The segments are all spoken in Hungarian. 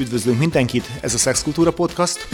Üdvözlünk mindenkit, ez a Szexkultúra Podcast.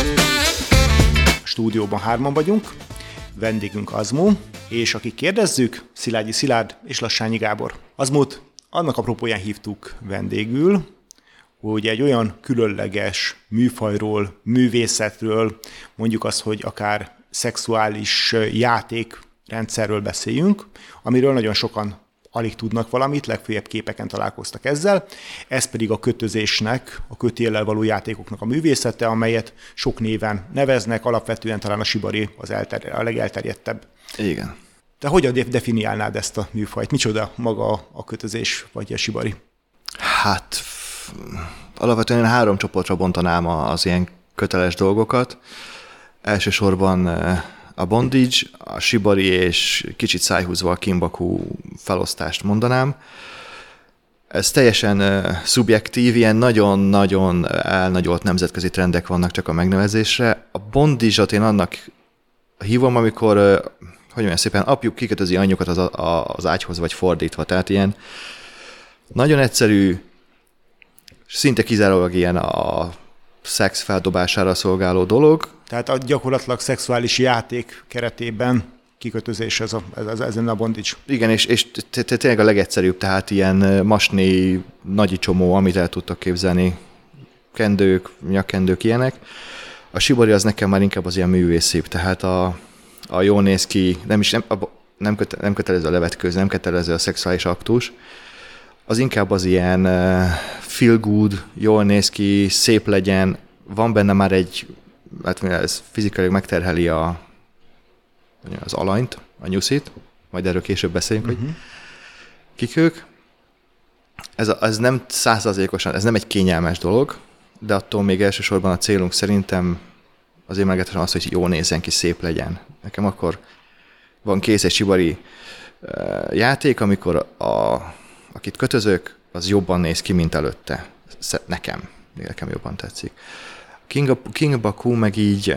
A stúdióban 3-an vagyunk, vendégünk Azmó, és akik kérdezzük, Szilágyi Szilárd és Lassányi Gábor. Azmót annak apropóján hívtuk vendégül, hogy egy olyan különleges műfajról, művészetről, mondjuk azt, hogy akár szexuális játékrendszerről beszéljünk, amiről nagyon sokan alig tudnak valamit, legfőjebb képeken találkoztak ezzel. Ez pedig a kötözésnek, a kötéllel való játékoknak a művészete, amelyet sok néven neveznek, alapvetően talán a sibari a legelterjedtebb. Igen. Te hogyan definiálnád ezt a műfajt? Micsoda maga a kötözés, vagy a sibari? Hát alapvetően 3 csoportra bontanám az ilyen köteles dolgokat. Elsősorban a bondage, a shibari és kicsit szájhúzva a kinbaku felosztást mondanám. Ez teljesen szubjektív, ilyen nagyon-nagyon elnagyolt nemzetközi trendek vannak csak a megnevezésre. A bondage-ot én annak hívom, amikor, hogy olyan szépen, apjuk kikötözi anyjukat az ágyhoz, vagy fordítva. Tehát ilyen nagyon egyszerű, szinte kizárólag ilyen a szex feldobására szolgáló dolog. Tehát gyakorlatilag szexuális játék keretében kikötözés ezen a bondage. Igen, és tényleg a legegyszerűbb, tehát ilyen masni, nagyi csomó, amit el tudtak képzelni, kendők, nyakkendők, ilyenek. A shibari az nekem már inkább az ilyen művészibb, tehát a jól néz ki, nem kötelező a levetkőz, nem kötelező a szexuális aktus, az inkább az ilyen feel good, jól néz ki, szép legyen, van benne már hát ez fizikailag megterheli az alanyt, a nyuszit, majd erről később beszélünk, hogy kik ők. Ez nem 100%-osan, ez nem egy kényelmes dolog, de attól még elsősorban a célunk szerintem az émelgetesen az, hogy jól nézzen ki, szép legyen. Nekem akkor van kész egy shibari játék, amikor akit kötözök, az jobban néz ki, mint előtte. Nekem jobban tetszik. Kinbaku meg így,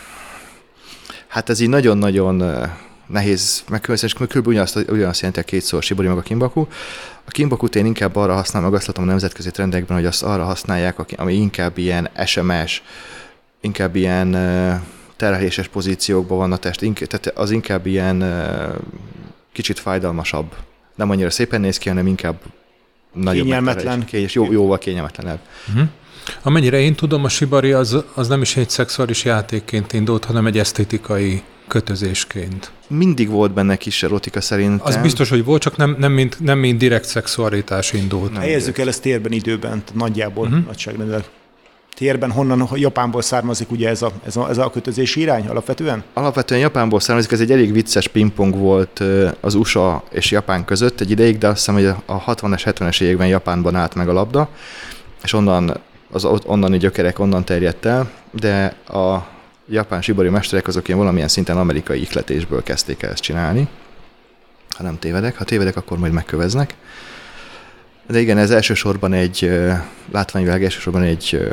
hát ez így nagyon-nagyon nehéz megközelíteni, és kb. Ugyanazt jelenti a 2 szó, a shibari meg a kinbaku. A kinbakut én inkább arra használom, meg azt látom a nemzetközi trendekben, hogy azt arra használják, ami inkább ilyen SMS, inkább ilyen terheléses pozíciókban van a test, tehát az inkább ilyen kicsit fájdalmasabb. Nem annyira szépen néz ki, hanem inkább nagyobb kényelmetlen. Jóval kényelmetlenebb. Amennyire én tudom, a shibari az nem is egy szexuális játékként indult, hanem egy esztétikai kötözésként. Mindig volt benne kis erotika szerintem. Az biztos, hogy volt, csak nem mint direkt szexualitás indult. Helyezzük el ezt térben, időben, nagyjából nagyságrendileg. Térben honnan Japánból származik ugye ez a kötözési irány alapvetően? Alapvetően Japánból származik, ez egy elég vicces pingpong volt az USA és Japán között egy ideig, de azt hiszem, hogy a 60-es, 70-es években Japánban állt meg a labda, és onnani gyökerek onnan terjedt el, de a japán shibari mesterek azok ilyen valamilyen szinten amerikai ihletésből kezdték el ezt csinálni. Ha nem tévedek, ha tévedek, akkor majd megköveznek. De igen, ez elsősorban egy látványvilág, elsősorban egy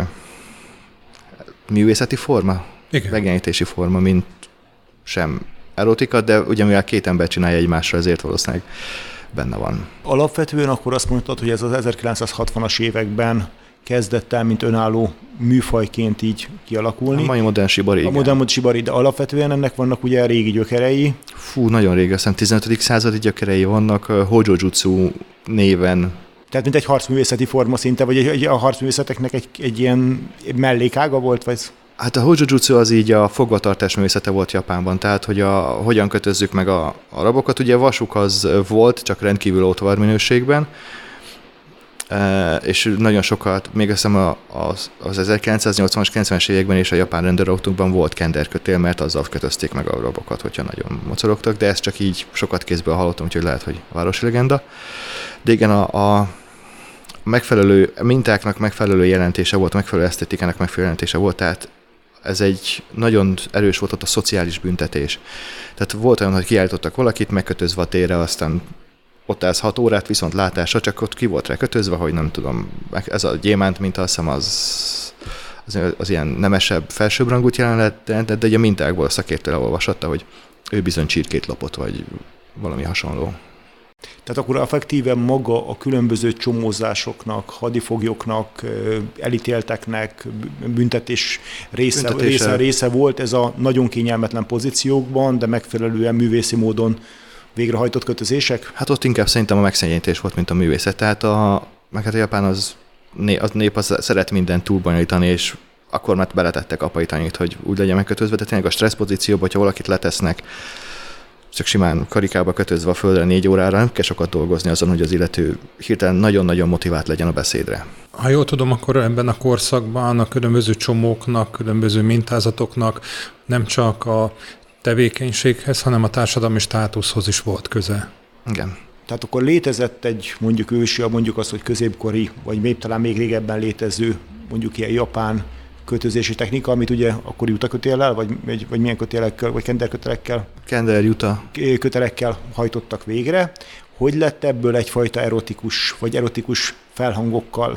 művészeti forma, megjelenítési forma, mint sem erotika, de ugye mivel 2 ember csinálja egymásra, ezért valószínűleg benne van. Alapvetően akkor azt mondtad, hogy ez az 1960-as években kezdett el, mint önálló műfajként így kialakulni. A mai modern shibari, igen. A modern shibari, de alapvetően ennek vannak ugye régi gyökerei. Nagyon régi, azt hiszem 15. századi gyökerei vannak, Hojojutsu néven. Tehát mint egy harcművészeti forma szinte, vagy a harcművészeteknek egy ilyen mellékága volt, vagy? Hát a Hojojutsu az így a fogvatartás művészete volt Japánban, tehát hogy hogyan kötözzük meg a rabokat. Ugye a vasuk az volt, csak rendkívül ótvar minőségben, és nagyon sokat, még azt hiszem az 1980-as, 90-es években és a japán rendőrautókban volt kenderkötél, mert azzal kötözték meg a rabokat, hogyha nagyon mocorogtak, de ezt csak így sokat kézből hallottam, úgyhogy lehet, hogy városi legenda. De igen, a megfelelő mintáknak megfelelő jelentése volt, megfelelő esztetikának megfelelő jelentése volt, tehát ez egy nagyon erős volt ott a szociális büntetés. Tehát volt olyan, hogy kiállítottak valakit, megkötözve a térre, aztán ott állsz 6 órát, viszont látásra, csak ott ki volt rá kötözve, hogy nem tudom, ez a gyémánt minta, azt hiszem az ilyen nemesebb, felsőbbrangút jelent, de ugye a mintákból a szakértő elolvasatta, hogy ő bizony csirkét lopott, vagy valami hasonló. Tehát akkor effektíven maga a különböző csomózásoknak, hadifoglyoknak, elítélteknek, büntetés része volt ez a nagyon kényelmetlen pozíciókban, de megfelelően művészi módon végrehajtott kötözések? Hát ott inkább szerintem a megszennyenítés volt, mint a művészet. Tehát a Japán az nép az szeret mindent túlbonyolítani, és akkor már beletettek apai tanít, hogy úgy legyen megkötözve, de tényleg a stressz pozícióban, hogyha valakit letesznek, csak simán karikába kötözve a földre 4 órára, nem kell sokat dolgozni azon, hogy az illető hirtelen nagyon-nagyon motivált legyen a beszédre. Ha jól tudom, akkor ebben a korszakban a különböző csomóknak, különböző mintázatoknak nem csak a tevékenységhez, hanem a társadalmi státuszhoz is volt köze. Igen. Tehát akkor létezett egy mondjuk ősi, mondjuk azt, hogy középkori, vagy még talán még régebben létező, mondjuk ilyen japán kötözési technika, amit ugye akkor jutakötéllel, vagy milyen kötélekkel, vagy kenderkötelekkel? Kender-juta. Kötelekkel hajtottak végre. Hogy lett ebből egyfajta erotikus, vagy erotikus felhangokkal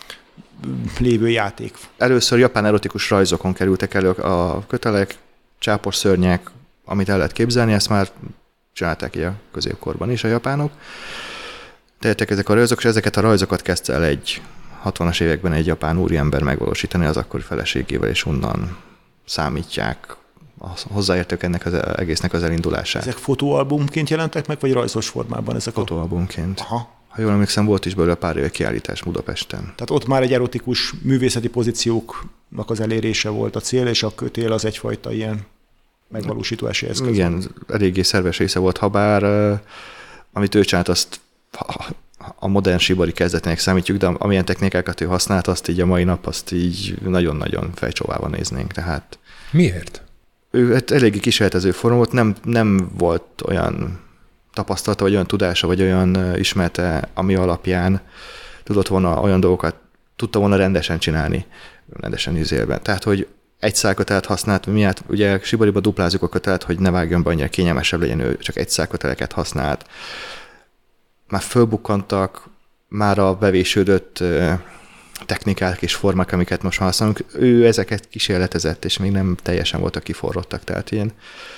lévő játék? Először japán erotikus rajzokon kerültek elő a kötelek, csápos szörnyek, amit el lehet képzelni, ezt már csinálták így a középkorban is a japánok. Tehettek ezek a rajzok, és ezeket a rajzokat kezdte el egy 60-as években egy japán úriember megvalósítani az akkori feleségével, és onnan számítják hozzáértők ennek az egésznek az elindulását. Ezek fotóalbumként jelentek meg, vagy rajzos formában ezek? Fotóalbumként. Aha. Ha jól emlékszem, volt is belőle pár éve kiállítás Budapesten. Tehát ott már egy erotikus művészeti pozícióknak az elérése volt a cél, és a kötél az egyfajta ilyen megvalósítási eszköz. Igen, eléggé szerves része volt, habár amit ő csinált, azt a modern shibari kezdetének számítjuk, de amilyen technikákat ő használt, azt így a mai nap, azt így nagyon-nagyon fejcsóvával néznénk. Tehát miért? Ő eléggé kísérletező forma volt, nem volt olyan tapasztalata, vagy olyan tudása, vagy olyan ismerete, ami alapján tudott volna olyan dolgokat, tudta volna rendesen csinálni, rendesen izélben. Tehát, hogy egy szálkötelet használt, miatt ugye shibariba duplázzuk a kötelet, hogy ne vágjon be, annyira kényelmesebb legyen, ő csak egy szálköteleket használt. Már fölbukkantak, már a bevésődött technikák és formák, amiket most használunk, ő ezeket kísérletezett, és még nem teljesen voltak kiforrottak, tehát ilyen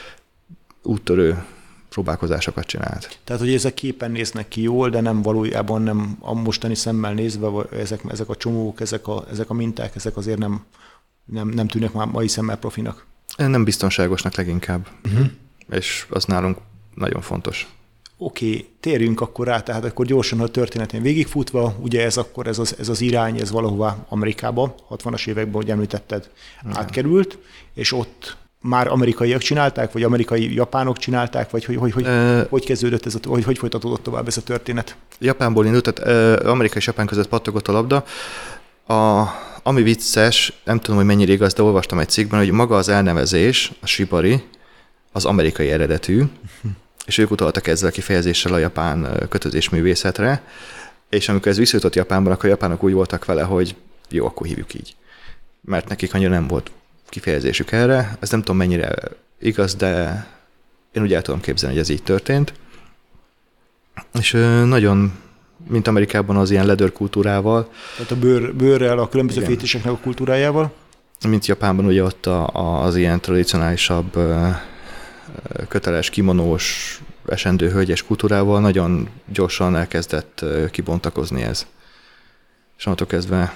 úttörő próbálkozásokat csinált. Tehát, hogy ezek képen néznek ki jól, de nem valójában nem a mostani szemmel nézve, ezek a csomók, ezek a minták, ezek azért nem tűnnek már mai szemmel profinak. Nem biztonságosnak leginkább, és az nálunk nagyon fontos. Oké, térjünk akkor rá, tehát akkor gyorsan a történetén végigfutva, ugye ez az irány, ez valahová Amerikába, 60-as években, hogy említetted, átkerült, és ott már amerikaiak csinálták, vagy amerikai japánok csinálták, vagy hogy kezdődött ez, hogy folytatódott tovább ez a történet? Japánból indult, tehát Amerika és Japán között pattogott a labda. Ami vicces, nem tudom, hogy mennyire igaz, de olvastam egy cikkben, hogy maga az elnevezés, a shibari, az amerikai eredetű, és ők utaltak ezzel a kifejezéssel a japán kötözésművészetre, és amikor ez visszajutott Japánban, akkor a japánok úgy voltak vele, hogy jó, akkor hívjuk így. Mert nekik annyira nem volt kifejezésük erre. Ez nem tudom, mennyire igaz, de én úgy el tudom képzelni, hogy ez így történt. És nagyon, mint Amerikában az ilyen leather kultúrával. Tehát a bőrrel, a különböző fétiseknek a kultúrájával. Mint Japánban ugye ott az ilyen tradicionálisabb köteles, kimonós, esendő hölgyes kultúrával nagyon gyorsan elkezdett kibontakozni ez. És onnantól kezdve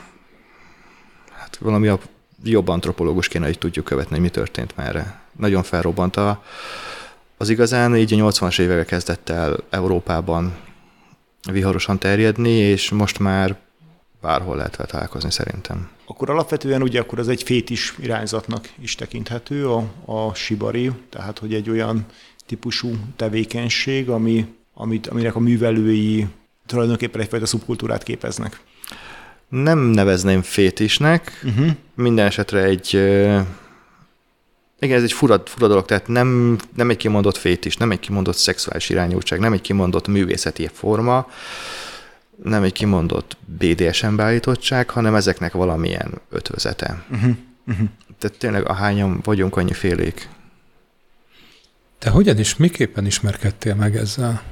hát valami jobb antropológus kéne, hogy tudjuk követni, hogy mi történt merre. Nagyon felrobbant az igazán, így a 80-as évekre kezdett el Európában viharosan terjedni, és most már bárhol lehet vele találkozni szerintem. Akkor alapvetően ugye akkor ez egy fétis irányzatnak is tekinthető a shibari, tehát hogy egy olyan típusú tevékenység, aminek a művelői tulajdonképpen egyfajta szubkultúrát képeznek. Nem nevezném fétisnek, minden esetre ez egy fura dolog, tehát nem egy kimondott fétis, nem egy kimondott szexuális irányultság, nem egy kimondott művészeti forma, nem egy kimondott BDSM beállítottság, hanem ezeknek valamilyen ötvözete. Tehát tényleg ahányan vagyunk, annyi félék. Te hogyan is, miképpen ismerkedtél meg ezzel?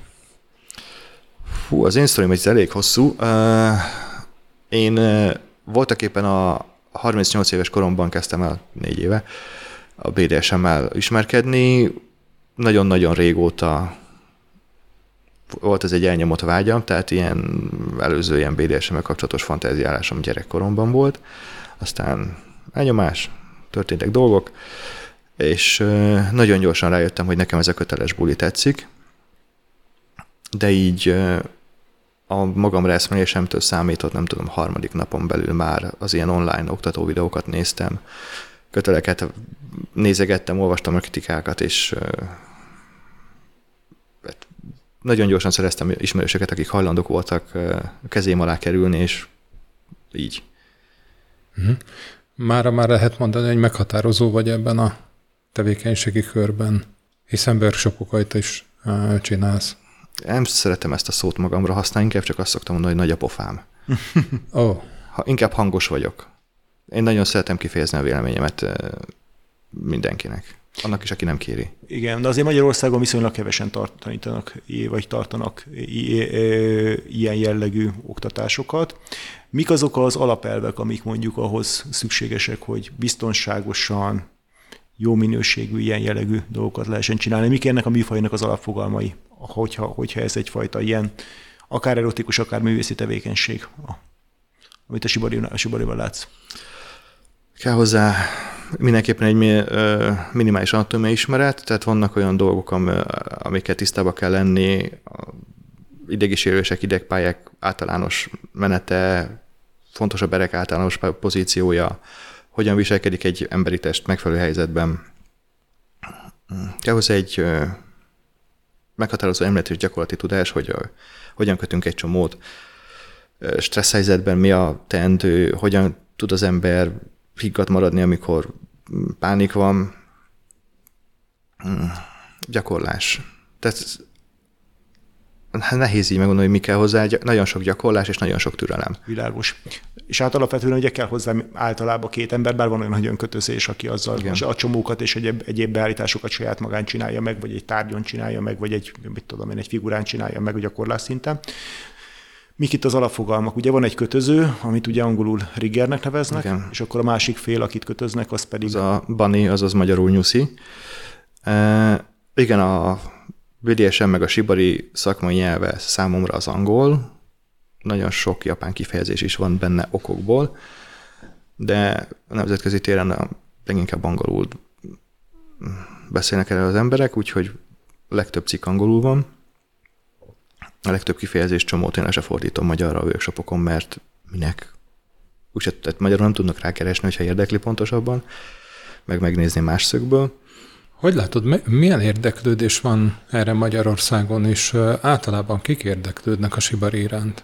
Az én sztorim egy elég hosszú. Én voltaképpen a 38 éves koromban kezdtem el 4 éve a BDSM-mel ismerkedni. Nagyon-nagyon régóta volt ez egy elnyomott vágyam, tehát előző ilyen BDSM-mel kapcsolatos fantáziálásom gyerekkoromban volt. Aztán elnyomás, történtek dolgok, és nagyon gyorsan rájöttem, hogy nekem ez a köteles buli tetszik, de így a magamra eszmelésemtől számított, nem tudom, harmadik napon belül már az ilyen online oktató videókat néztem, köteleket nézegettem, olvastam a kritikákat, és nagyon gyorsan szereztem ismerősöket, akik hajlandók voltak kezém alá kerülni, és így. Mára már lehet mondani, hogy meghatározó vagy ebben a tevékenységi körben, hiszen workshopokat is csinálsz. Nem szeretem ezt a szót magamra használni, inkább csak azt szoktam mondani, hogy nagy a pofám. Inkább hangos vagyok. Én nagyon szeretem kifejezni a véleményemet mindenkinek. Annak is, aki nem kéri. Igen, de azért Magyarországon viszonylag kevesen tartanak ilyen jellegű oktatásokat. Mik azok az alapelvek, amik mondjuk ahhoz szükségesek, hogy biztonságosan, jó minőségű ilyen jellegű dolgokat lehessen csinálni? Mik ennek a műfajnak az alapfogalmai, hogyha ez egyfajta ilyen akár erotikus, akár művészi tevékenység, amit a Sibariban látsz? Kell hozzá mindenképpen egy minimális anatómiai ismeret, tehát vannak olyan dolgok, amiket tisztába kell lenni, idegi sérülések, idegpályák általános menete, fontos a berek általános pozíciója, hogyan viselkedik egy emberi test megfelelő helyzetben. Kell hozzá egy meghatározó elméleti és gyakorlati tudás, hogy hogyan kötünk egy csomót, stressz helyzetben mi a teendő, hogyan tud az ember higgadt maradni, amikor pánik van. Gyakorlás. Tehát nehéz így megmondani, hogy mi kell hozzá. Nagyon sok gyakorlás és nagyon sok türelem. Világos. És hát alapvetően ugye kell hozzá általában két ember, bár van olyan nagyon kötözés, aki azzal a csomókat és egyéb beállításokat saját magán csinálja meg, vagy egy tárgyon csinálja meg, vagy egy figurán csinálja meg a gyakorlás szinten. Mik itt az alapfogalmak? Ugye van egy kötöző, amit ugye angolul riggernek neveznek, igen. És akkor a másik fél, akit kötöznek, az pedig... Az a bunny, azaz magyarul nyuszi. Igen, a BDSM meg a shibari szakmai nyelve számomra az angol. Nagyon sok japán kifejezés is van benne okokból, de a nemzetközi téren leginkább angolul beszélnek erre az emberek, úgyhogy a legtöbb cikk angolul van. A legtöbb kifejezés csomót én se fordítom magyarra a workshopokon, mert minek? Úgyse, tehát magyarul nem tudnak rákeresni, hogyha érdekli pontosabban, meg megnézni más szögből. Hogy látod, milyen érdeklődés van erre Magyarországon, és általában kik érdeklődnek a shibari iránt?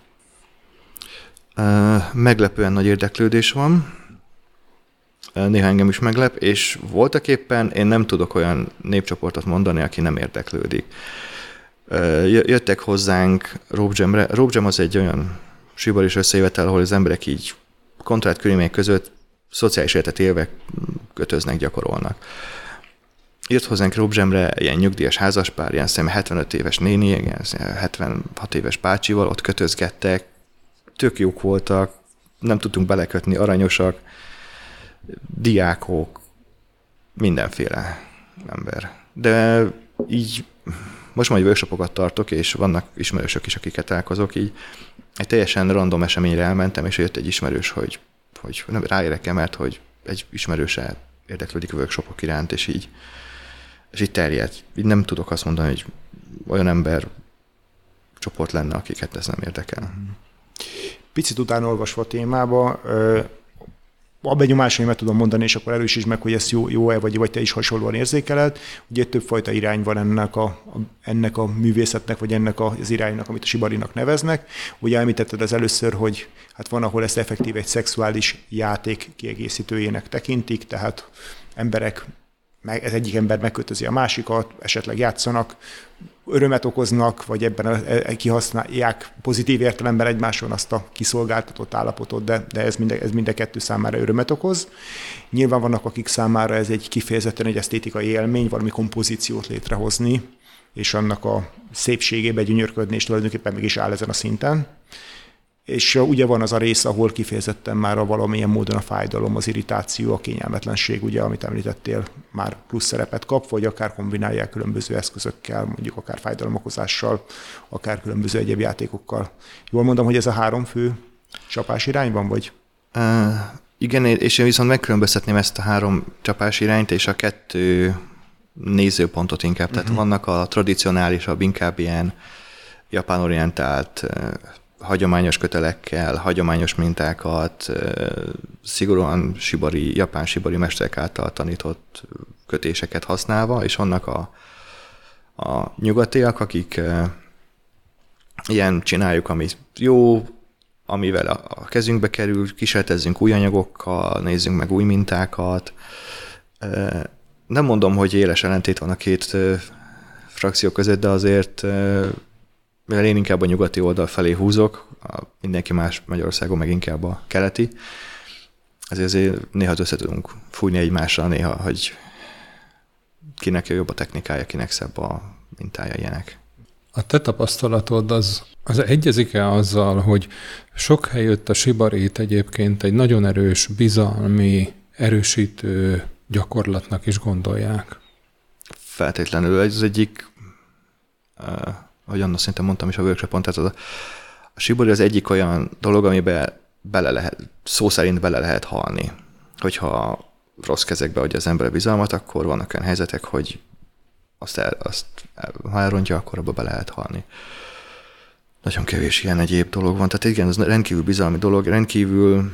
Meglepően nagy érdeklődés van. Néha engem is meglep, és voltaképpen én nem tudok olyan népcsoportot mondani, aki nem érdeklődik. Jöttek hozzánk Rope Jam-re. Rope Jam az egy olyan shibaris összejövetel, ahol az emberek így kontrált körülmények között szociális életet élve kötöznek, gyakorolnak. Jött hozzánk Rope Jam-re ilyen nyugdíjas házaspár, ilyen 75 éves néni, ilyen 76 éves bácsival, ott kötözgettek, tök jók voltak, nem tudtunk belekötni, aranyosak, diákok, mindenféle ember. De így most majd workshopokat tartok, és vannak ismerősök is, akiket találkozok, így egy teljesen random eseményre elmentem, és jött egy ismerős, hogy nem ráérek-e, mert hogy egy ismerőse érdeklődik a workshopok iránt, és így terjedt. Így nem tudok azt mondani, hogy olyan ember csoport lenne, akiket ez nem érdekel. Picit utána olvasva a témába, a benyomásaimat tudom mondani, és akkor erősítsd meg, hogy ez jó-e, vagy te is hasonlóan érzékeled. Ugye többfajta irány van ennek a művészetnek, vagy ennek az iránynak, amit a shibarinak neveznek. Ugye említetted az először, hogy hát van, ahol ezt effektív egy szexuális játék kiegészítőjének tekintik, tehát ez egyik ember megkötözi a másikat, esetleg játszanak, örömet okoznak, vagy ebben kihasználják pozitív értelemben egymáson azt a kiszolgáltatott állapotot, de ez mind a kettő számára örömet okoz. Nyilván vannak, akik számára ez egy kifejezetten egy esztétikai élmény, valami kompozíciót létrehozni, és annak a szépségébe gyönyörködni, és tulajdonképpen meg is áll ezen a szinten. És ugye van az a rész, ahol kifejezetten már valamilyen módon a fájdalom, az irritáció, a kényelmetlenség, ugye, amit említettél, már plusz szerepet kap, vagy akár kombinálják különböző eszközökkel, mondjuk akár fájdalomokozással, akár különböző egyéb játékokkal. Jól mondom, hogy ez a 3 fő csapás irányban, vagy? Igen, és én viszont megkülönböztetném ezt a 3 csapás irányt, és a 2 nézőpontot inkább. Tehát vannak a tradicionálisabb, inkább ilyen japánorientált, hagyományos kötelekkel, hagyományos mintákat, szigorúan japán shibari mesterek által tanított kötéseket használva, és vannak a nyugatiak, akik ilyen csináljuk, ami jó, amivel a kezünkbe kerül, kísérletezzünk új anyagokkal, nézzünk meg új mintákat. Nem mondom, hogy éles ellentét van a 2 frakció között, de azért mivel én inkább a nyugati oldal felé húzok, mindenki más Magyarországon meg inkább a keleti, azért néha össze tudunk fújni egymásra, néha, hogy kinek jobb a technikája, kinek szebb a mintája, ilyenek. A te tapasztalatod az egyezik-e azzal, hogy sok helyütt a shibarit egyébként egy nagyon erős, bizalmi, erősítő gyakorlatnak is gondolják? Feltétlenül. Ez az egyik, ahogy annak szerintem mondtam is a workshopon, tehát a shibari az egyik olyan dolog, amiben szó szerint bele lehet halni. Hogyha rossz kezekbe adja az ember a bizalmat, akkor vannak olyan helyzetek, hogy ha elrontja, akkor abba be lehet halni. Nagyon kevés ilyen egyéb dolog van. Tehát igen, ez rendkívül bizalmi dolog, rendkívül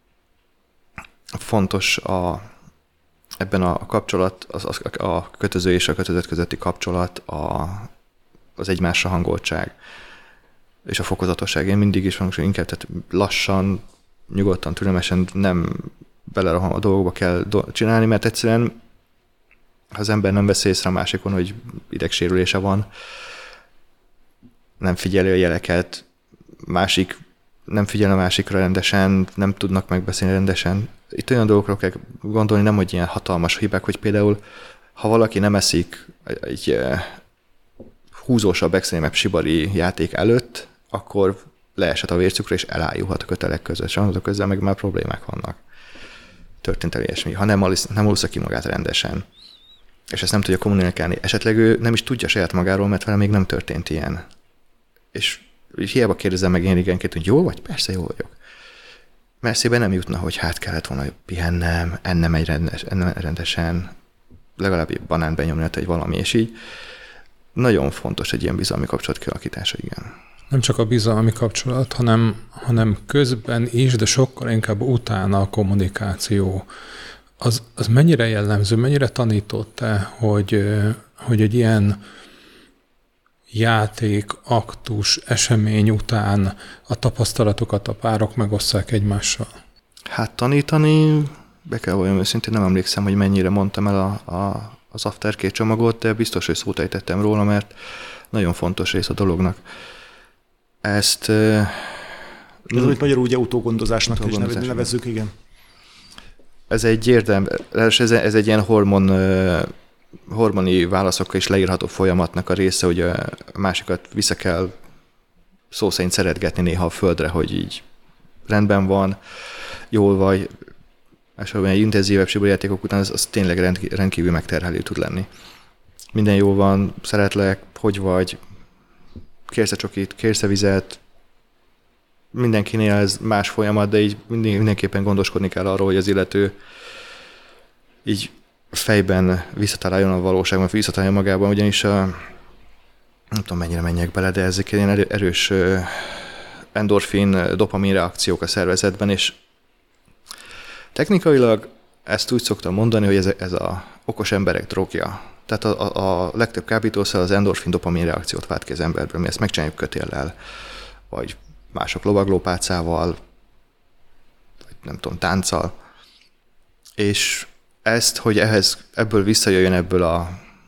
fontos ebben a kapcsolat, a kötöző és a kötözött közötti kapcsolat, az egymásra hangoltság és a fokozatosság. Én mindig is van, hogy inkább tehát lassan, nyugodtan, türelmesen, nem belerohanva a dolgokba kell csinálni, mert egyszerűen ha az ember nem veszi észre a másikon, hogy idegsérülése van, nem figyeli a jeleket, másik nem figyel a másikra rendesen, nem tudnak megbeszélni rendesen. Itt olyan dolgokra kell gondolni, nem hogy ilyen hatalmas hibák, hogy például, ha valaki nem eszik egy húzósabb, extrémebb shibari játék előtt, akkor leesett a vércukra, és elájulhat a kötelek között. Sajnos közben meg már problémák vannak. Történt el ilyesmi. Ha nem alussza ki magát rendesen, és ezt nem tudja kommunikálni, esetleg ő nem is tudja saját magáról, mert vele még nem történt ilyen. És hiába kérdezem meg én igenként, hogy jó vagy? Persze jó vagyok. Merszében nem jutna, hogy kellett volna pihennem, ennem rendesen, legalább egy banánt benyomni, egy valami, és így nagyon fontos egy ilyen bizalmi kapcsolat kialakítása, igen. Nem csak a bizalmi kapcsolat, hanem közben is, de sokkal inkább utána a kommunikáció. Az mennyire jellemző, mennyire tanított te, hogy egy ilyen játék, aktus, esemény után a tapasztalatokat a párok megosszák egymással? Hát tanítani, be kell valljam őszintén, nem emlékszem, hogy mennyire mondtam el az aftercare csomagot, de biztos, hogy szót ejtettem róla, mert nagyon fontos rész a dolognak. Ezt... Ez, amit magyarul ugye utógondozásnak is nevezzük, igen. Ez egy ez egy ilyen hormoni válaszokkal is leírható folyamatnak a része, hogy a másikat vissza kell szó szerint szeretgetni néha a földre, hogy így rendben van, jól vagy, és olyan intenzívebb shibari játékok után az tényleg rendkívül megterhelő tud lenni. Minden jól van, szeretlek, hogy vagy, kérsz-e csokit, kérsz-e vizet, mindenkinél ez más folyamat, de így mindenképpen gondoskodni kell arról, hogy az illető így fejben visszataláljon a valóságban, visszataláljon magában, ugyanis nem tudom mennyire menjek bele, de ezek ilyen erős endorfin, dopamin reakciók a szervezetben, és technikailag ezt úgy szoktam mondani, hogy ez a okos emberek drogja. Tehát a legtöbb kábítószer az endorfin dopamin reakciót vált ki az emberből, mi ezt megcsináljuk kötéllel, vagy mások lovaglópálcával, vagy nem tudom, tánccal. És ezt, hogy ebből visszajöjjön ebből a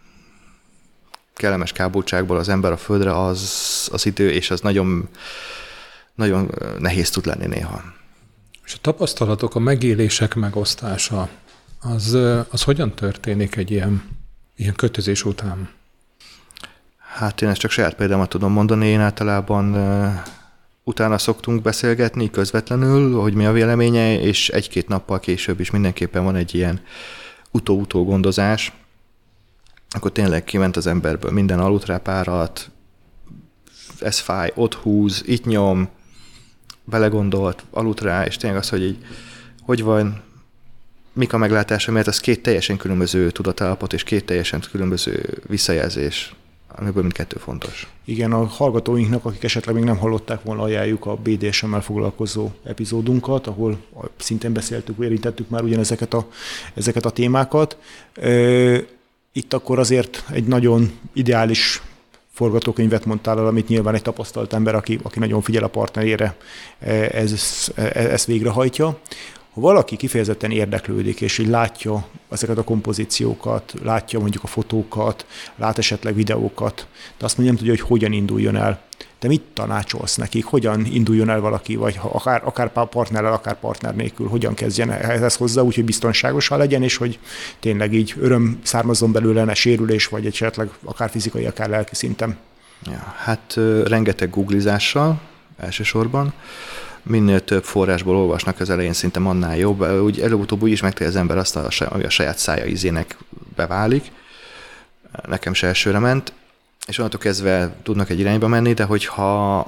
kellemes kábultságból az ember a földre, az idő, és az nagyon, nagyon nehéz tud lenni néha. És a tapasztalatok, a megélések megosztása, az hogyan történik egy ilyen kötözés után? Hát én ezt csak saját példámat tudom mondani, én általában utána szoktunk beszélgetni közvetlenül, hogy mi a véleménye, és 1-2 nappal később is mindenképpen van egy ilyen utó-utó gondozás, akkor tényleg kiment az emberből minden aludrápárat, ez fáj, ott húz, itt nyom, belegondolt, aludt rá, és tényleg az, hogy így, hogy van, mik a meglátása, mert az 2 teljesen különböző tudatállapot, és 2 teljesen különböző visszajelzés, amiből mindkettő fontos. Igen, a hallgatóinknak, akik esetleg még nem hallották volna, ajánljuk a BDSM-mel foglalkozó epizódunkat, ahol szintén beszéltük, érintettük már ezeket a témákat. Itt akkor azért egy nagyon ideális forgatókönyvet mondtál el, amit nyilván egy tapasztalt ember, aki nagyon figyel a partnerére, ezt végrehajtja. Ha valaki kifejezetten érdeklődik, és így látja ezeket a kompozíciókat, látja mondjuk a fotókat, lát esetleg videókat, de azt mondja, nem tudja, hogy hogyan induljon el. Te mit tanácsolsz nekik? Hogyan induljon el valaki, vagy akár partnerrel, akár partner nélkül, hogyan kezdjen ehhez hozzá, úgyhogy biztonságosan legyen, és hogy tényleg így öröm származzon belőle, ne sérülés, vagy esetleg akár fizikai, akár lelki szinten? Ja, hát rengeteg googlizással elsősorban. Minél több forrásból olvasnak az elején, szerintem annál jobb. Úgy előbb-utóbb úgy is megtalálja az ember azt, ami a saját szája ízének beválik. Nekem se elsőre ment, és onnantól kezdve tudnak egy irányba menni, de hogyha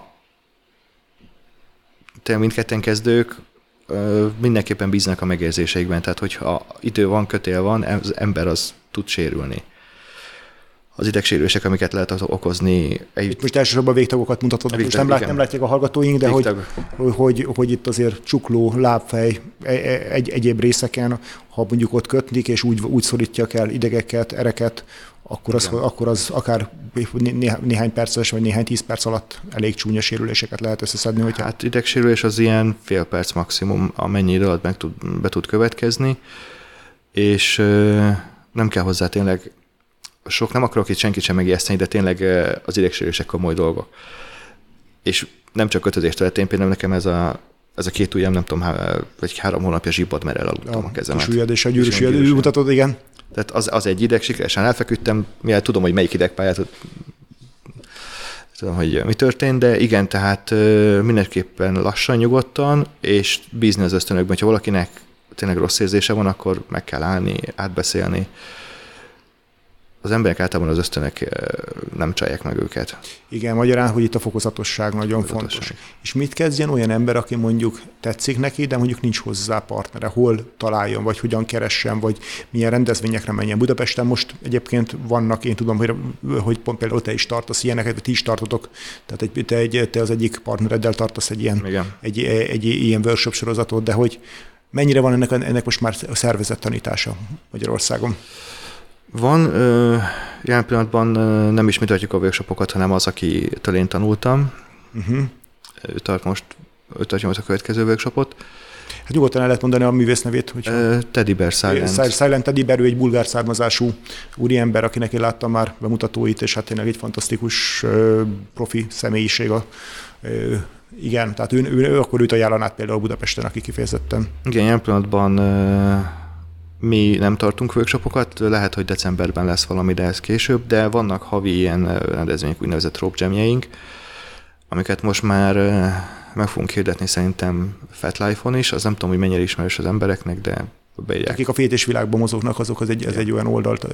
te mindketten kezdők, mindenképpen bíznak a megérzéseikben. Tehát, hogyha idő van, kötél van, az ember az tud sérülni. Az idegsérülések, amiket lehet okozni. Most elsősorban a végtagokat mutatod, most nem látják a hallgatóink, de hogy itt azért csukló, lábfej, egyéb részeken, ha mondjuk ott kötnik, és úgy szorítják el idegeket, ereket, akkor az akár néhány perces, vagy néhány 10 perc alatt elég csúnya sérüléseket lehet összeszedni. Hogyha... Hát idegsérülés az ilyen fél perc maximum, amennyi idő alatt be tud következni, és nem kell hozzá tényleg nem akarok itt senkit sem megijeszteni, de tényleg az idegsérülések komoly dolgok. És nem csak kötözés történt, például nekem ez a 2 ujjam, nem tudom, vagy 3 hónapja zsibbad, mert elaludtam a kezemet. A süllyed és a gyűrűs ujjad mutatod, igen. Tehát az egy ideg, sikeresen elfeküdtem, mivel tudom, hogy melyik idegpályát, tudom, hogy mi történt, de igen, tehát mindenképpen lassan, nyugodtan, és bízni az ösztönökben, hogyha valakinek tényleg rossz érzése van, akkor meg kell állni, átbeszélni. Az emberek általában az ösztönök nem csalják meg őket. Igen, magyarán, hogy itt a fokozatosság nagyon fontos. És mit kezdjen olyan ember, aki mondjuk tetszik neki, de mondjuk nincs hozzá partnere, hol találjon, vagy hogyan keressen, vagy milyen rendezvényekre menjen. Budapesten most egyébként vannak, én tudom, hogy pont például te is tartasz ilyeneket, vagy ti is tartotok, tehát te az egyik partnereddel tartasz egy ilyen workshop sorozatot, de hogy mennyire van ennek most már szervezett tanítása Magyarországon? Van, jelen pillanatban nem is mi tartjuk a workshopokat, hanem az, akitől én tanultam. Ő tartja most a következő workshopot. Hát nyugodtan el lehet mondani a művész nevét. Teddy Bear Silent. Silent Teddy Bear, ő egy bulgár származású úriember, akinek én láttam már bemutatóit, és hát tényleg egy fantasztikus profi személyiség. Igen, tehát ő akkor őt ajánlanád például Budapesten, aki kifejezetten. Igen, jelen pillanatban mi nem tartunk workshopokat, lehet, hogy decemberben lesz valami, de ez később, de vannak havi ilyen rendezvények, úgynevezett rope jamjeink, amiket most már meg fogunk hirdetni szerintem FetLife-on is, az nem tudom, hogy mennyire ismerős az embereknek, de beírják. Akik a fétés világban mozognak, azok ez egy olyan oldalt.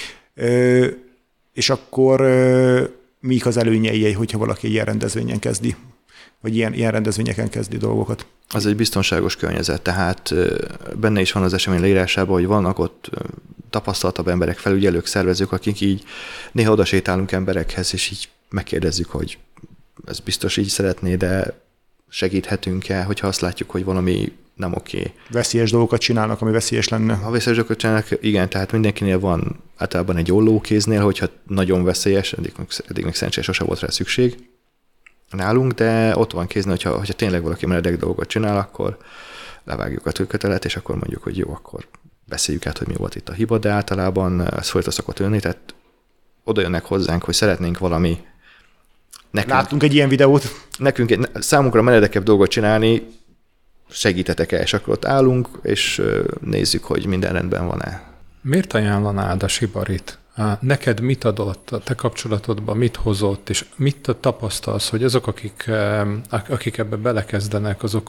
És akkor mik az előnyei, hogyha valaki ilyen rendezvényen kezdi, vagy ilyen rendezvényeken kezdi dolgokat? Az egy biztonságos környezet, tehát benne is van az esemény leírásában, hogy vannak ott tapasztaltabb emberek, felügyelők, szervezők, akik így néha oda sétálunk emberekhez, és így megkérdezzük, hogy ez biztos így szeretné, de segíthetünk-e, hogyha azt látjuk, hogy valami nem oké. Veszélyes dolgokat csinálnak, ami veszélyes lenne. Ha veszélyes dolgokat csinálnak, igen, tehát mindenkinél van általában egy ollókéznél, hogyha nagyon veszélyes, eddig még szerencsére sose volt rá szükség nálunk, de ott van kéznél, hogyha tényleg valaki meredek dolgot csinál, akkor levágjuk a tőkötelet, és akkor mondjuk, hogy jó, akkor beszéljük át, hogy mi volt itt a hiba, de általában ez folyton szokott jönni, tehát oda jönnek hozzánk, hogy szeretnénk valami. Láttunk egy ilyen videót. Számunkra meredekebb dolgot csinálni, segítetek-e, és akkor ott állunk, és nézzük, hogy minden rendben van-e. Miért ajánlanád a Shibarit neked mit adott, a te kapcsolatodban mit hozott, és mit tapasztalsz, hogy azok, akik ebbe belekezdenek, azok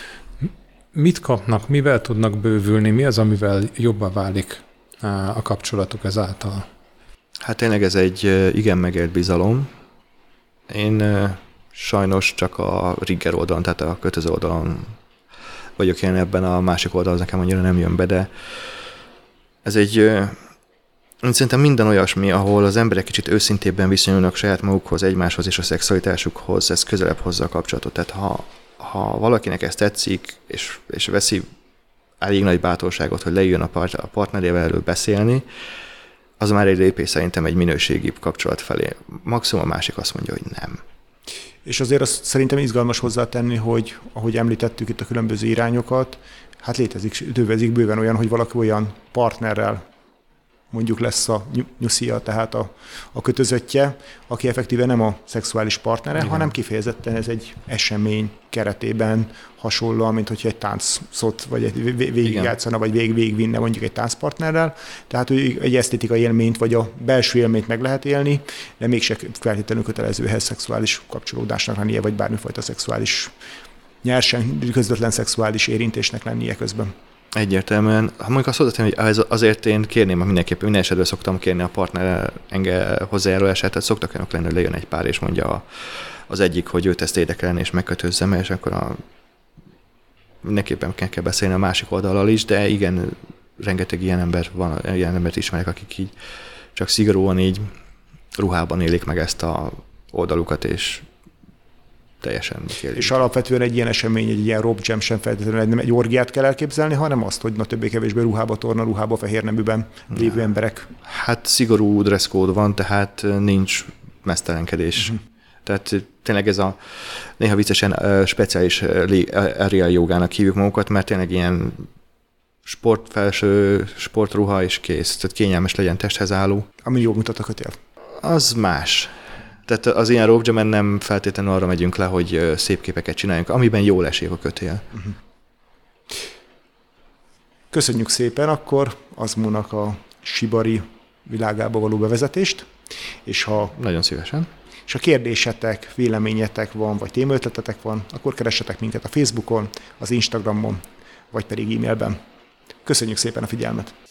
mit kapnak, mivel tudnak bővülni, mi az, amivel jobban válik a kapcsolatuk ezáltal? Hát tényleg ez egy igen megélt bizalom. Én sajnos csak a rigger oldalon, tehát a kötöző oldalon vagyok én ebben, a másik oldalon nekem annyira nem jön be, de ez egy, szerintem minden olyasmi, ahol az emberek kicsit őszintébben viszonyulnak saját magukhoz, egymáshoz és a szexualitásukhoz, ez közelebb hozza a kapcsolatot. Tehát ha valakinek ez tetszik, és veszi elég nagy bátorságot, hogy leüljön a partnerével erről beszélni, az már egy lépés szerintem egy minőségibb kapcsolat felé. Maximum a másik azt mondja, hogy nem. És azért azt szerintem izgalmas hozzátenni, hogy ahogy említettük itt a különböző irányokat, hát létezik bőven olyan, hogy valaki olyan partnerrel mondjuk lesz a nyuszia, tehát a kötözöttje, aki effektíve nem a szexuális partnere, igen, hanem kifejezetten ez egy esemény keretében hasonlóan, mint hogyha egy táncot vagy végigjátszana, vagy végigvinne mondjuk egy táncpartnerrel. Tehát egy esztétikai élményt, vagy a belső élményt meg lehet élni, de mégse feltétlenül kötelező ehhez szexuális kapcsolódásnak lennie, vagy bármifajta szexuális, nyersen, közvetlen szexuális érintésnek lennie közben. Egyértelműen. Ha mondjuk azt hozzátenni, hogy azért én kérném, mindenképpen minden esetben szoktam kérni a partner hozzájárulását, tehát szoktak olyanok lenni, hogy lejön egy pár, és mondja az egyik, hogy őt ezt érdekelni, és megkötözzem, és akkor mindenképpen kell beszélni a másik oldallal is, de igen, rengeteg ilyen ember van, ilyen embert ismerek, akik így csak szigorúan így ruhában élik meg ezt a oldalukat, és teljesen kérdés. És alapvetően egy ilyen esemény, egy ilyen rob jam sem feltétlenül nem egy orgiát kell elképzelni, hanem azt, hogy többé-kevésbé ruhába, torna ruhába, fehér neműben lévő emberek. Hát szigorú dress code van, tehát nincs meztelenkedés. Tehát tényleg ez a néha viccesen speciális area jogának hívjuk magukat, mert tényleg ilyen sportfelső, sportruha és kész. Tehát kényelmes legyen, testhez álló. Ami jól mutat a kötél. Az más. Tehát az ilyen robe jam-en nem feltétlenül arra megyünk le, hogy szép képeket csináljunk, amiben jól esik a kötél. Köszönjük szépen akkor Azmónak a Shibari világába való bevezetést, és ha nagyon szívesen. És ha kérdésetek, véleményetek van, vagy témaötletetek van, akkor keressetek minket a Facebookon, az Instagramon, vagy pedig e-mailben. Köszönjük szépen a figyelmet!